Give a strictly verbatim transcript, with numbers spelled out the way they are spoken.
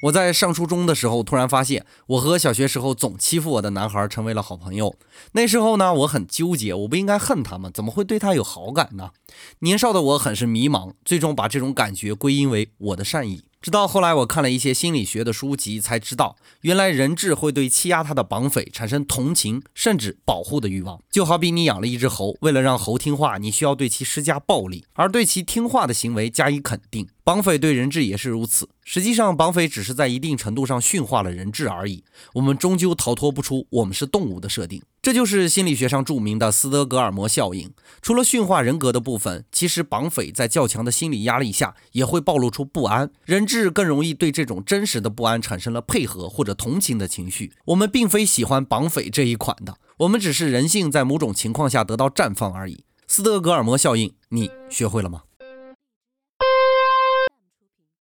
我在上初中的时候，突然发现我和小学时候总欺负我的男孩成为了好朋友。那时候呢，我很纠结，我不应该恨他们，怎么会对他有好感呢？年少的我很是迷茫，最终把这种感觉归因为我的善意。直到后来我看了一些心理学的书籍，才知道原来人质会对欺压他的绑匪产生同情甚至保护的欲望。就好比你养了一只猴，为了让猴听话，你需要对其施加暴力，而对其听话的行为加以肯定。绑匪对人质也是如此，实际上绑匪只是在一定程度上驯化了人质而已，我们终究逃脱不出我们是动物的设定。这就是心理学上著名的斯德哥尔摩效应。除了驯化人格的部分，其实绑匪在较强的心理压力下也会暴露出不安，人质更容易对这种真实的不安产生了配合或者同情的情绪。我们并非喜欢绑匪这一款的，我们只是人性在某种情况下得到绽放而已。斯德哥尔摩效应，你学会了吗？